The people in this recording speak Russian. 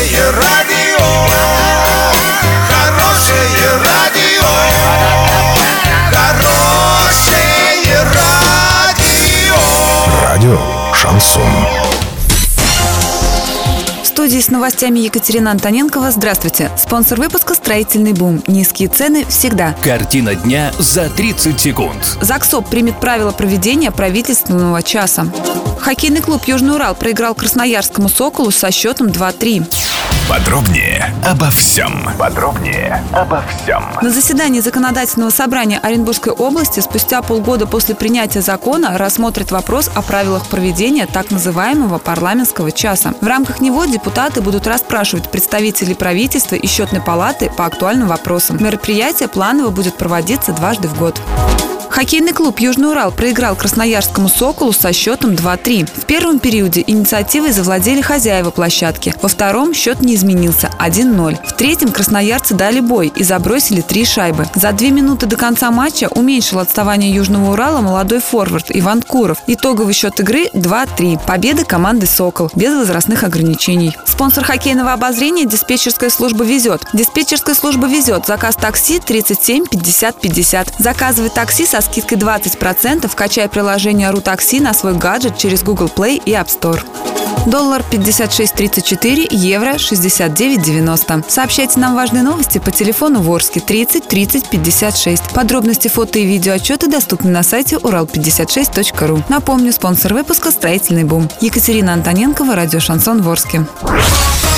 Хорошее радио, хорошее радио, хорошее радио. Радио Шансон. В студии с новостями Екатерина Антоненкова. Здравствуйте. Спонсор выпуска «Строительный бум». Низкие цены всегда. Картина дня за 30 секунд. ЗАГСОП примет правила проведения правительственного часа. Хоккейный клуб «Южный Урал» проиграл красноярскому «Соколу» со счетом 2-3. Подробнее обо всем. На заседании Законодательного собрания Оренбургской области спустя полгода после принятия закона рассмотрят вопрос о правилах проведения так называемого парламентского часа. В рамках него депутаты будут расспрашивать представителей правительства и счетной палаты по актуальным вопросам. Мероприятие планово будет проводиться дважды в год. Хоккейный клуб «Южный Урал» проиграл красноярскому «Соколу» со счетом 2-3. В первом периоде инициативой завладели хозяева площадки. Во втором счет не изменился – 1-0. В третьем красноярцы дали бой и забросили 3 шайбы. За 2 минуты до конца матча уменьшил отставание «Южного Урала» молодой форвард Иван Куров. Итоговый счет игры – 2-3. Победа команды «Сокол» без возрастных ограничений. Спонсор хоккейного обозрения – диспетчерская служба «Везет». Диспетчерская служба «Везет». Заказ такси 37 50 50. Заказывай такси со скидкой 20%, качай приложение «РуТакси» на свой гаджет через Google Play и App Store. Доллар 56.34, евро 69.90. Сообщайте нам важные новости по телефону Ворске 30 30 56. Подробности, фото и видеоотчеты доступны на сайте урал56.ру. Напомню, спонсор выпуска «Строительный бум». Екатерина Антоненкова, радио «Шансон» Ворске.